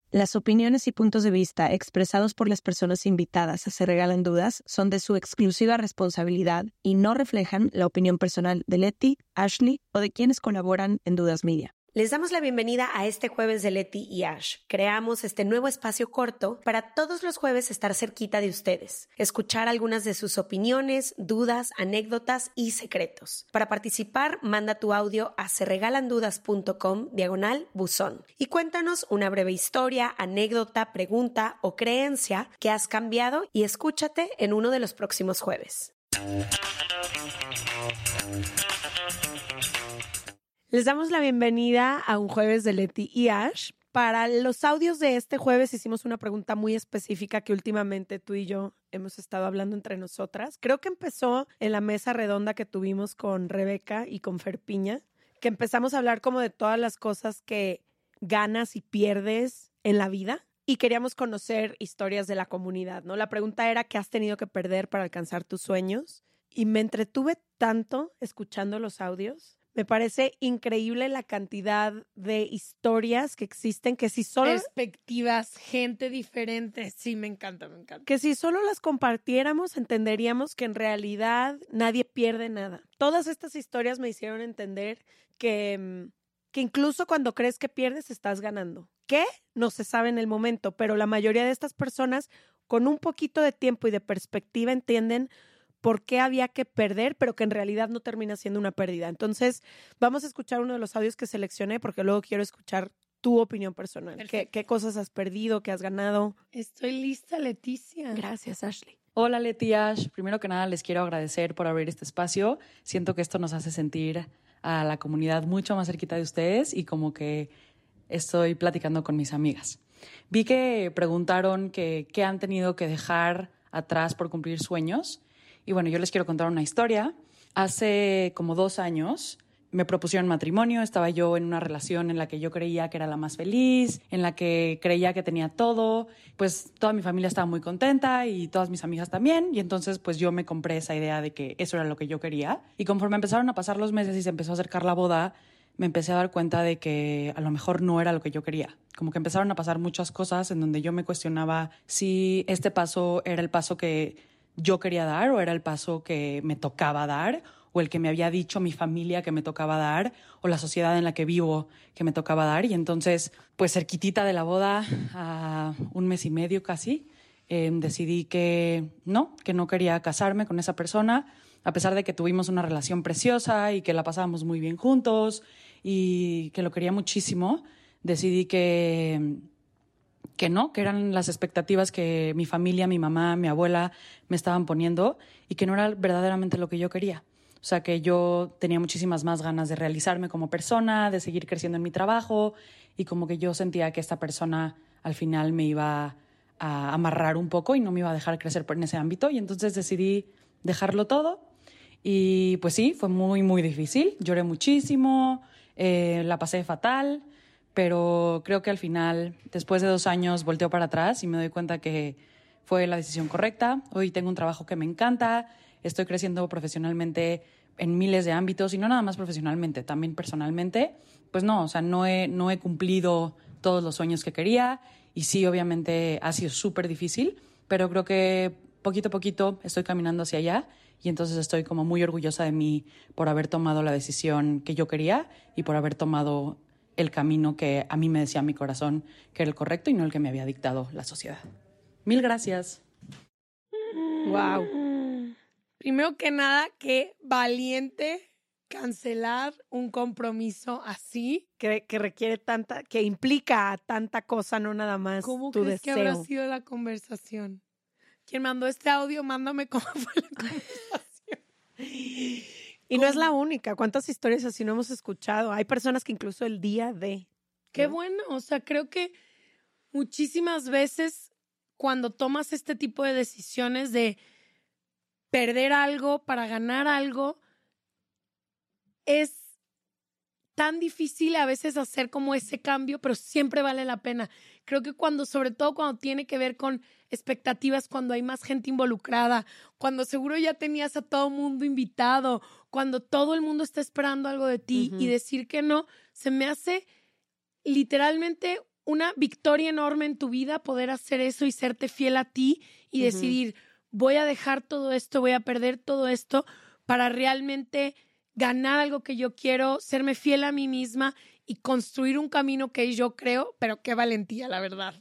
Las opiniones y puntos de vista expresados por las personas invitadas a Se Regalan Dudas son de su exclusiva responsabilidad y no reflejan la opinión personal de Leti, Ashley o de quienes colaboran en Dudas Media. Les damos la bienvenida a este jueves de Leti y Ash. Creamos este nuevo espacio corto para todos los jueves estar cerquita de ustedes, escuchar algunas de sus opiniones, dudas, anécdotas y secretos. Para participar, manda tu audio a seregalandudas.com/buzón y cuéntanos una breve historia, anécdota, pregunta o creencia que has cambiado y escúchate en uno de los próximos jueves. Les damos la bienvenida a un jueves de Leti y Ash. Para los audios de este jueves hicimos una pregunta muy específica que últimamente tú y yo hemos estado hablando entre nosotras. Creo que empezó en la mesa redonda que tuvimos con Rebeca y con Fer Piña, que empezamos a hablar como de todas las cosas que ganas y pierdes en la vida y queríamos conocer historias de la comunidad, ¿no? La pregunta era ¿qué has tenido que perder para alcanzar tus sueños? Y me entretuve tanto escuchando los audios. Me parece increíble la cantidad de historias que existen, que si solo... Perspectivas, gente diferente. Sí, me encanta, me encanta. Que si solo las compartiéramos, entenderíamos que en realidad nadie pierde nada. Todas estas historias me hicieron entender que incluso cuando crees que pierdes, estás ganando. ¿Qué? No se sabe en el momento, pero la mayoría de estas personas, con un poquito de tiempo y de perspectiva, entienden por qué había que perder, pero que en realidad no termina siendo una pérdida. Entonces, vamos a escuchar uno de los audios que seleccioné porque luego quiero escuchar tu opinión personal. ¿Qué cosas has perdido? ¿Qué has ganado? Estoy lista, Leticia. Gracias, Ashley. Hola, Leti y Ash. Primero que nada, les quiero agradecer por abrir este espacio. Siento que esto nos hace sentir a la comunidad mucho más cerquita de ustedes y como que estoy platicando con mis amigas. Vi que preguntaron qué han tenido que dejar atrás por cumplir sueños. Y bueno, yo les quiero contar una historia. Hace como 2 años me propusieron matrimonio. Estaba yo en una relación en la que yo creía que era la más feliz, en la que creía que tenía todo. Pues toda mi familia estaba muy contenta y todas mis amigas también. Y entonces pues yo me compré esa idea de que eso era lo que yo quería. Y conforme empezaron a pasar los meses y se empezó a acercar la boda, me empecé a dar cuenta de que a lo mejor no era lo que yo quería. Como que empezaron a pasar muchas cosas en donde yo me cuestionaba si este paso era el paso que yo quería dar o era el paso que me tocaba dar o el que me había dicho mi familia que me tocaba dar o la sociedad en la que vivo que me tocaba dar. Y entonces, pues cerquitita de la boda, a 1 mes y medio casi, decidí que no quería casarme con esa persona, a pesar de que tuvimos una relación preciosa y que la pasábamos muy bien juntos y que lo quería muchísimo. Decidí que no, que eran las expectativas que mi familia, mi mamá, mi abuela me estaban poniendo y que no era verdaderamente lo que yo quería. O sea, que yo tenía muchísimas más ganas de realizarme como persona, de seguir creciendo en mi trabajo y como que yo sentía que esta persona al final me iba a amarrar un poco y no me iba a dejar crecer en ese ámbito. Y entonces decidí dejarlo todo y pues sí, fue muy, muy difícil. Lloré muchísimo, la pasé fatal. Pero creo que al final, después de 2 años, volteo para atrás y me doy cuenta que fue la decisión correcta. Hoy tengo un trabajo que me encanta, estoy creciendo profesionalmente en miles de ámbitos y no nada más profesionalmente, también personalmente. Pues no, o sea, no he cumplido todos los sueños que quería y sí, obviamente ha sido súper difícil, pero creo que poquito a poquito estoy caminando hacia allá y entonces estoy como muy orgullosa de mí por haber tomado la decisión que yo quería y por haber tomado el camino que a mí me decía mi corazón que era el correcto y no el que me había dictado la sociedad. 1000 gracias. Wow. Primero que nada, qué valiente cancelar un compromiso así. Que requiere que implica tanta cosa, no nada más ¿Cómo tu crees deseo. que habrá sido la conversación? ¿Quién mandó este audio? Mándame cómo fue la conversación. Y no es la única. ¿Cuántas historias así no hemos escuchado? Hay personas que incluso el día de... Qué bueno. O sea, creo que muchísimas veces cuando tomas este tipo de decisiones de perder algo para ganar algo, es tan difícil a veces hacer como ese cambio, pero siempre vale la pena. Creo que sobre todo cuando tiene que ver con expectativas, cuando hay más gente involucrada, cuando seguro ya tenías a todo mundo invitado, cuando todo el mundo está esperando algo de ti y decir que no, se me hace literalmente una victoria enorme en tu vida poder hacer eso y serte fiel a ti y decidir, voy a dejar todo esto, voy a perder todo esto para realmente ganar algo que yo quiero, serme fiel a mí misma y construir un camino que yo creo, pero qué valentía, la verdad.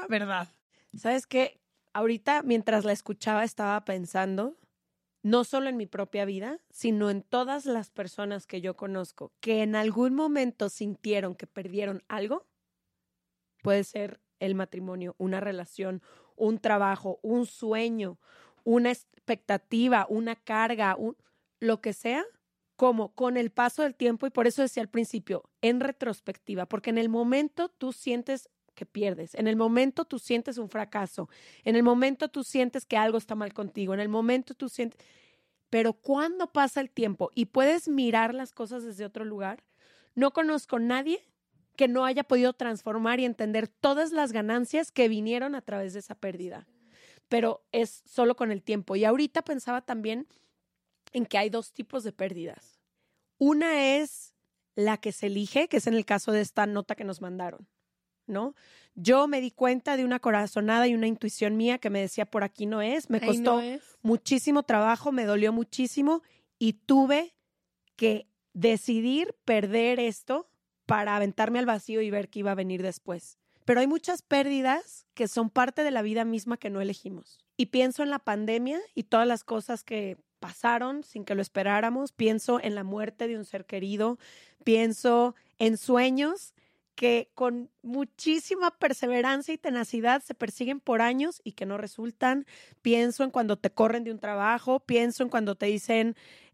¿Sabes qué? Ahorita, mientras la escuchaba, estaba pensando, no solo en mi propia vida, sino en todas las personas que yo conozco que en algún momento sintieron que perdieron algo. Puede ser el matrimonio, una relación, un trabajo, un sueño, una expectativa, una carga, lo que sea, como con el paso del tiempo, y por eso decía al principio, en retrospectiva, porque en el momento tú sientes que pierdes, en el momento tú sientes un fracaso, en el momento tú sientes que algo está mal contigo, en el momento tú sientes, pero cuando pasa el tiempo y puedes mirar las cosas desde otro lugar, no conozco a nadie que no haya podido transformar y entender todas las ganancias que vinieron a través de esa pérdida, pero es solo con el tiempo. Y ahorita pensaba también en que hay dos tipos de pérdidas. Una es la que se elige, que es en el caso de esta nota que nos mandaron, ¿no? Yo me di cuenta de una corazonada y una intuición mía que me decía por aquí no es, me costó muchísimo trabajo, me dolió muchísimo y tuve que decidir perder esto para aventarme al vacío y ver qué iba a venir después. Pero hay muchas pérdidas que son parte de la vida misma que no elegimos. Y pienso en la pandemia y todas las cosas que pasaron sin que lo esperáramos. Pienso en la muerte de un ser querido. Pienso en sueños que con muchísima perseverancia y tenacidad se persiguen por años y que no resultan. Pienso en cuando te corren de un trabajo. Pienso en cuando te dicen,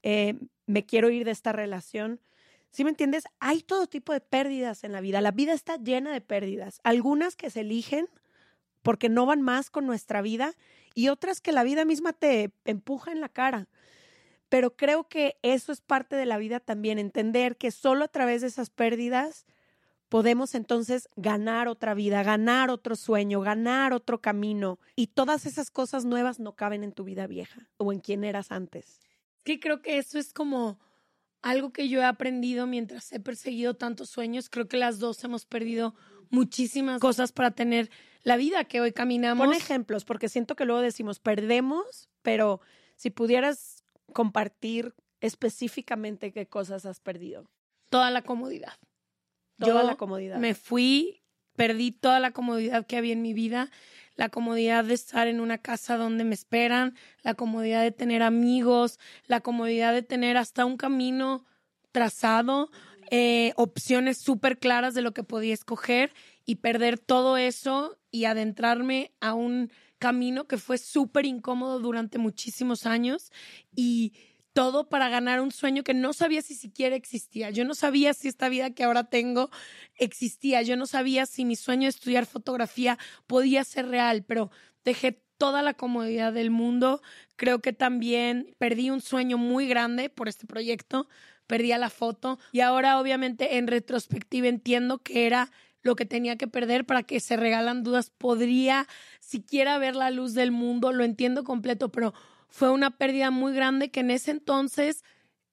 me quiero ir de esta relación. ¿Sí me entiendes? Hay todo tipo de pérdidas en la vida. La vida está llena de pérdidas. Algunas que se eligen porque no van más con nuestra vida y otras que la vida misma te empuja en la cara. Pero creo que eso es parte de la vida también, entender que solo a través de esas pérdidas podemos entonces ganar otra vida, ganar otro sueño, ganar otro camino. Y todas esas cosas nuevas no caben en tu vida vieja o en quien eras antes. Sí, creo que eso es como algo que yo he aprendido mientras he perseguido tantos sueños. Creo que las dos hemos perdido muchísimas cosas para tener la vida que hoy caminamos. Pon ejemplos, porque siento que luego decimos perdemos, pero si pudieras compartir específicamente qué cosas has perdido. Toda la comodidad. Toda la comodidad. Me fui, perdí toda la comodidad que había en mi vida, la comodidad de estar en una casa donde me esperan, la comodidad de tener amigos, la comodidad de tener hasta un camino trazado, opciones súper claras de lo que podía escoger y perder todo eso y adentrarme a un camino que fue súper incómodo durante muchísimos años y todo para ganar un sueño que no sabía si siquiera existía. Yo no sabía si esta vida que ahora tengo existía. Yo no sabía si mi sueño de estudiar fotografía podía ser real, pero dejé toda la comodidad del mundo. Creo que también perdí un sueño muy grande por este proyecto. Perdí a la foto y ahora obviamente en retrospectiva entiendo que era lo que tenía que perder para que Se Regalan Dudas podría siquiera ver la luz del mundo. Lo entiendo completo, pero fue una pérdida muy grande que en ese entonces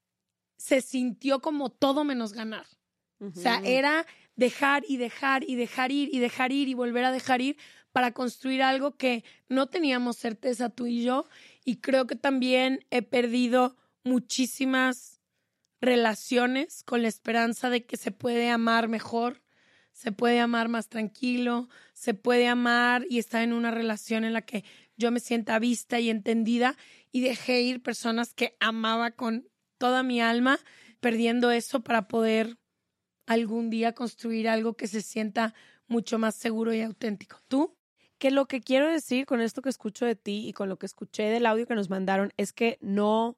se sintió como todo menos ganar. O sea, era dejar y dejar y dejar ir y dejar ir y volver a dejar ir para construir algo que no teníamos certeza tú y yo. Y creo que también he perdido muchísimas relaciones con la esperanza de que se puede amar mejor, se puede amar más tranquilo, se puede amar y estar en una relación en la que yo me sienta vista y entendida, y dejé ir personas que amaba con toda mi alma, perdiendo eso para poder algún día construir algo que se sienta mucho más seguro y auténtico. ¿Tú? Que lo que quiero decir con esto que escucho de ti y con lo que escuché del audio que nos mandaron es que no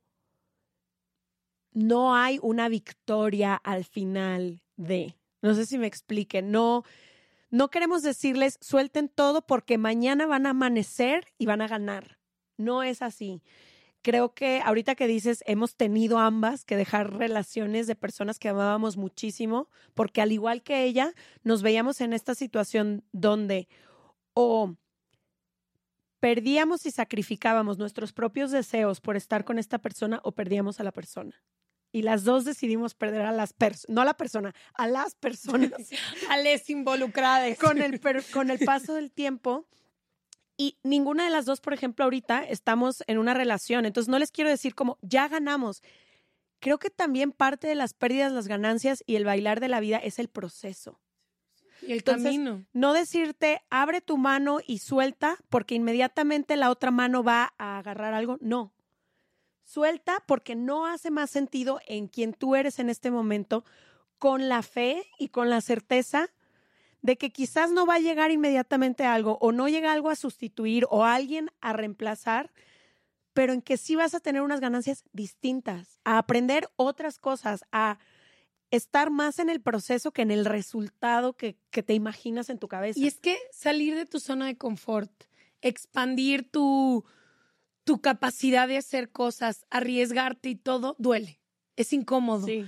hay una victoria al final de. No sé si me explique. No queremos decirles suelten todo porque mañana van a amanecer y van a ganar. No es así. Creo que ahorita que dices, hemos tenido ambas que dejar relaciones de personas que amábamos muchísimo, porque al igual que ella, nos veíamos en esta situación donde o perdíamos y sacrificábamos nuestros propios deseos por estar con esta persona o perdíamos a la persona. y las dos decidimos perder a las personas, no a la persona, a las personas. A les involucradas. Con el paso del tiempo. Y ninguna de las dos, por ejemplo, ahorita estamos en una relación. Entonces no les quiero decir como, ya ganamos. Creo que también parte de las pérdidas, las ganancias y el bailar de la vida es el proceso. Y el Entonces, camino. no decirte, abre tu mano y suelta, porque inmediatamente la otra mano va a agarrar algo. No. Suelta porque no hace más sentido en quien tú eres en este momento, con la fe y con la certeza de que quizás no va a llegar inmediatamente algo o no llega algo a sustituir o alguien a reemplazar, pero en que sí vas a tener unas ganancias distintas, a aprender otras cosas, a estar más en el proceso que en el resultado que te imaginas en tu cabeza. Y es que salir de tu zona de confort, expandir tu capacidad de hacer cosas, arriesgarte y todo, duele. Es incómodo. Sí.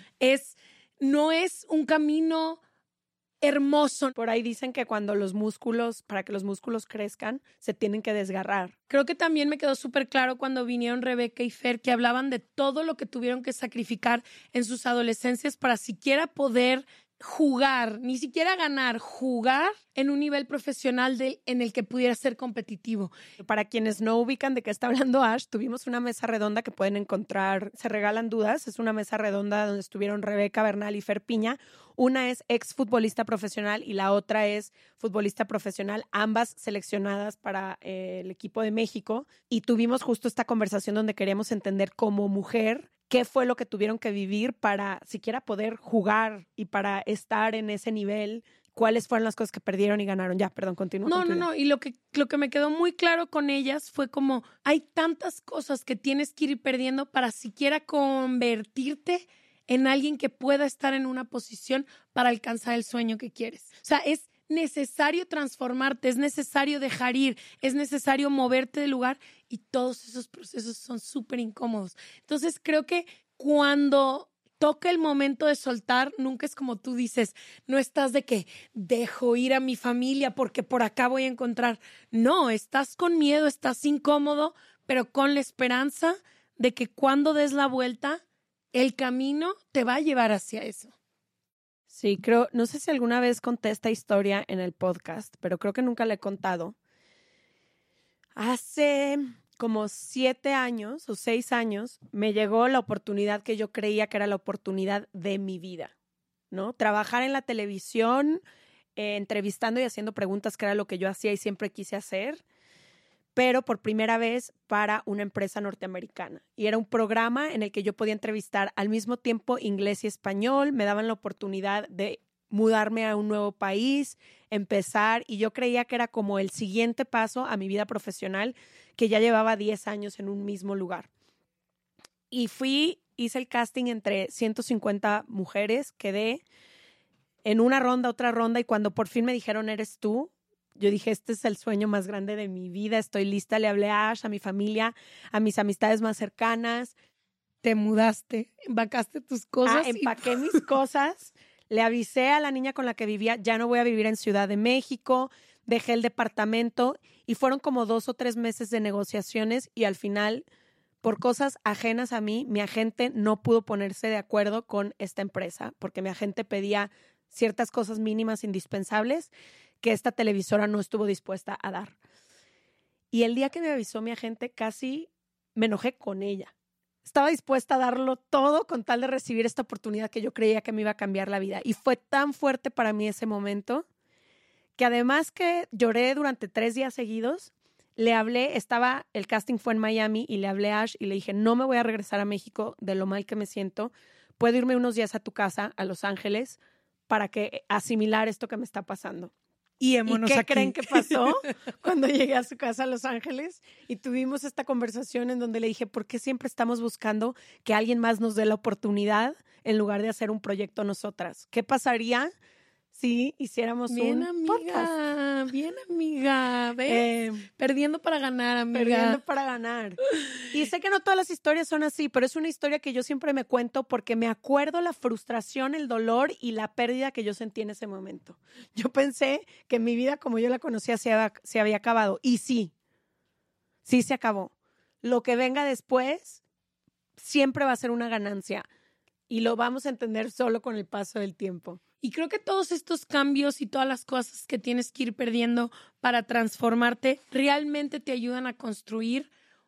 No es un camino hermoso. Por ahí dicen que cuando para que los músculos crezcan, se tienen que desgarrar. Creo que también me quedó súper claro cuando vinieron Rebeca y Fer, que hablaban de todo lo que tuvieron que sacrificar en sus adolescencias para siquiera poder jugar, ni siquiera ganar, jugar en un nivel profesional en el que pudiera ser competitivo. Para quienes no ubican de qué está hablando Ash, tuvimos una mesa redonda que pueden encontrar, Se Regalan Dudas, es una mesa redonda donde estuvieron Rebeca Bernal y Fer Piña. Una es exfutbolista profesional y la otra es futbolista profesional, ambas seleccionadas para el equipo de México. Y tuvimos justo esta conversación donde queríamos entender como mujer qué fue lo que tuvieron que vivir para siquiera poder jugar y para estar en ese nivel, cuáles fueron las cosas que perdieron y ganaron. Ya, perdón, continúa. No. Y lo que me quedó muy claro con ellas fue como hay tantas cosas que tienes que ir perdiendo para siquiera convertirte en alguien que pueda estar en una posición para alcanzar el sueño que quieres. O sea, es necesario transformarte, es necesario dejar ir, es necesario moverte del lugar y todos esos procesos son súper incómodos. Entonces creo que cuando toca el momento de soltar, nunca es como tú dices, no estás de que dejo ir a mi familia porque por acá voy a encontrar. No, estás con miedo, estás incómodo, pero con la esperanza de que cuando des la vuelta, el camino te va a llevar hacia eso. Sí, no sé si alguna vez conté esta historia en el podcast, pero creo que nunca la he contado. Hace como 7 años o 6 años me llegó la oportunidad que yo creía que era la oportunidad de mi vida, ¿no? Trabajar en la televisión, entrevistando y haciendo preguntas, que era lo que yo hacía y siempre quise hacer, pero por primera vez para una empresa norteamericana. Y era un programa en el que yo podía entrevistar al mismo tiempo inglés y español, me daban la oportunidad de mudarme a un nuevo país, empezar, y yo creía que era como el siguiente paso a mi vida profesional, que ya llevaba 10 años en un mismo lugar. Y hice el casting entre 150 mujeres, quedé en una ronda, otra ronda, y cuando por fin me dijeron, eres tú, yo dije, este es el sueño más grande de mi vida, estoy lista. Le hablé a Ash, a mi familia, a mis amistades más cercanas. Te mudaste, empacaste tus cosas. Empaqué mis cosas, le avisé a la niña con la que vivía, ya no voy a vivir en Ciudad de México, dejé el departamento y fueron como 2 o 3 meses de negociaciones y al final, por cosas ajenas a mí, mi agente no pudo ponerse de acuerdo con esta empresa porque mi agente pedía ciertas cosas mínimas indispensables que esta televisora no estuvo dispuesta a dar. Y el día que me avisó mi agente, casi me enojé con ella. Estaba dispuesta a darlo todo con tal de recibir esta oportunidad que yo creía que me iba a cambiar la vida. Y fue tan fuerte para mí ese momento que además que lloré durante 3 días seguidos, le hablé, el casting fue en Miami y le hablé a Ash y le dije, no me voy a regresar a México de lo mal que me siento. Puedo irme unos días a tu casa, a Los Ángeles, para asimilar esto que me está pasando. ¿Y qué creen que pasó cuando llegué a su casa a Los Ángeles? Y tuvimos esta conversación en donde le dije, ¿por qué siempre estamos buscando que alguien más nos dé la oportunidad en lugar de hacer un proyecto nosotras? ¿Qué pasaría si hiciéramos un podcast? Bien, amiga. ¿Ves? Perdiendo para ganar, amiga. Perdiendo para ganar. Y sé que no todas las historias son así, pero es una historia que yo siempre me cuento porque me acuerdo la frustración, el dolor y la pérdida que yo sentí en ese momento. Yo pensé que mi vida como yo la conocía se había acabado. Y sí se acabó. Lo que venga después siempre va a ser una ganancia. y lo vamos a entender solo con el paso del tiempo. Y creo que todos estos cambios y todas las cosas que tienes que ir perdiendo para transformarte realmente te ayudan a construir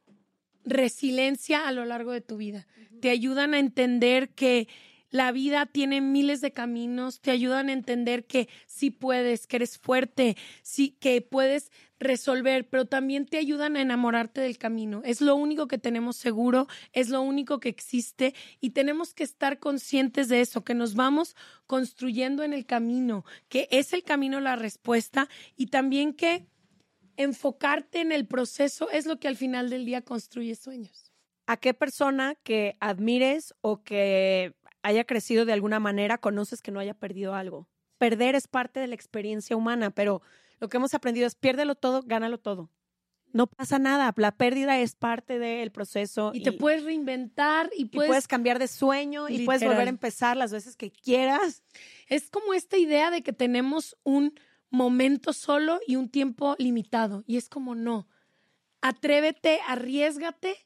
resiliencia a lo largo de tu vida. Te ayudan a entender que la vida tiene miles de caminos, te ayudan a entender que sí puedes, que eres fuerte, sí que puedes resolver, pero también te ayudan a enamorarte del camino. Es lo único que tenemos seguro, es lo único que existe y tenemos que estar conscientes de eso, que nos vamos construyendo en el camino, que es el camino la respuesta y también que enfocarte en el proceso es lo que al final del día construye sueños. ¿A qué persona que admires o que haya crecido de alguna manera conoces que no haya perdido algo? Perder es parte de la experiencia humana, pero lo que hemos aprendido es piérdelo todo, gánalo todo. No pasa nada, la pérdida es parte del proceso. Y te puedes reinventar y puedes cambiar de sueño y puedes volver a empezar las veces que quieras. Es como esta idea de que tenemos un momento solo y un tiempo limitado. Y es como no. Atrévete, arriésgate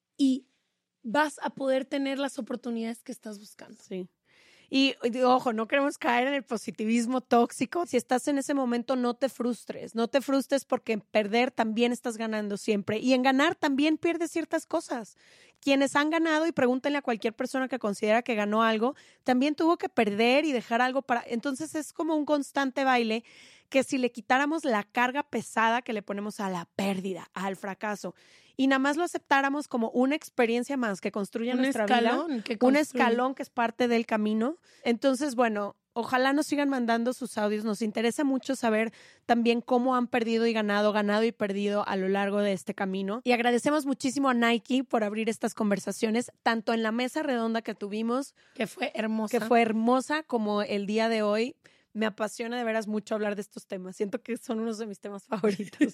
y vas a poder tener las oportunidades que estás buscando. Sí. Y ojo, no queremos caer en el positivismo tóxico. Si estás en ese momento, no te frustres. No te frustres porque en perder también estás ganando siempre. Y en ganar también pierdes ciertas cosas. Quienes han ganado, y pregúntenle a cualquier persona que considera que ganó algo, también tuvo que perder y dejar algo para... Entonces es como un constante baile que si le quitáramos la carga pesada que le ponemos a la pérdida, al fracaso, y nada más lo aceptáramos como una experiencia más que construye nuestra vida, un escalón que es parte del camino. Entonces, bueno, ojalá nos sigan mandando sus audios. Nos interesa mucho saber también cómo han perdido y ganado y perdido a lo largo de este camino. Y agradecemos muchísimo a Nike por abrir estas conversaciones, tanto en la mesa redonda que tuvimos, que fue hermosa, como el día de hoy. Me apasiona de veras mucho hablar de estos temas. Siento que son unos de mis temas favoritos.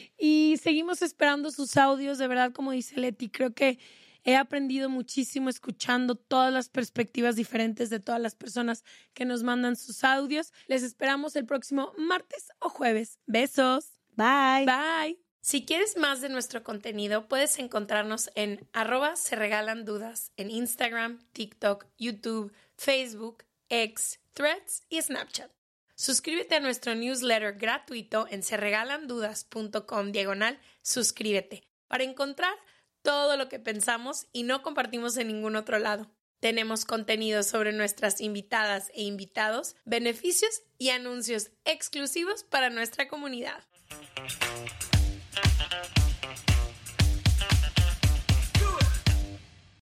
Y seguimos esperando sus audios. De verdad, como dice Leti, creo que he aprendido muchísimo escuchando todas las perspectivas diferentes de todas las personas que nos mandan sus audios. Les esperamos el próximo martes o jueves. Besos. Bye. Bye. Si quieres más de nuestro contenido, puedes encontrarnos en @seregalandudas en Instagram, TikTok, YouTube, Facebook, X, Threads y Snapchat. Suscríbete a nuestro newsletter gratuito en seregalandudas.com/suscríbete para encontrar todo lo que pensamos y no compartimos en ningún otro lado. Tenemos contenido sobre nuestras invitadas e invitados, beneficios y anuncios exclusivos para nuestra comunidad.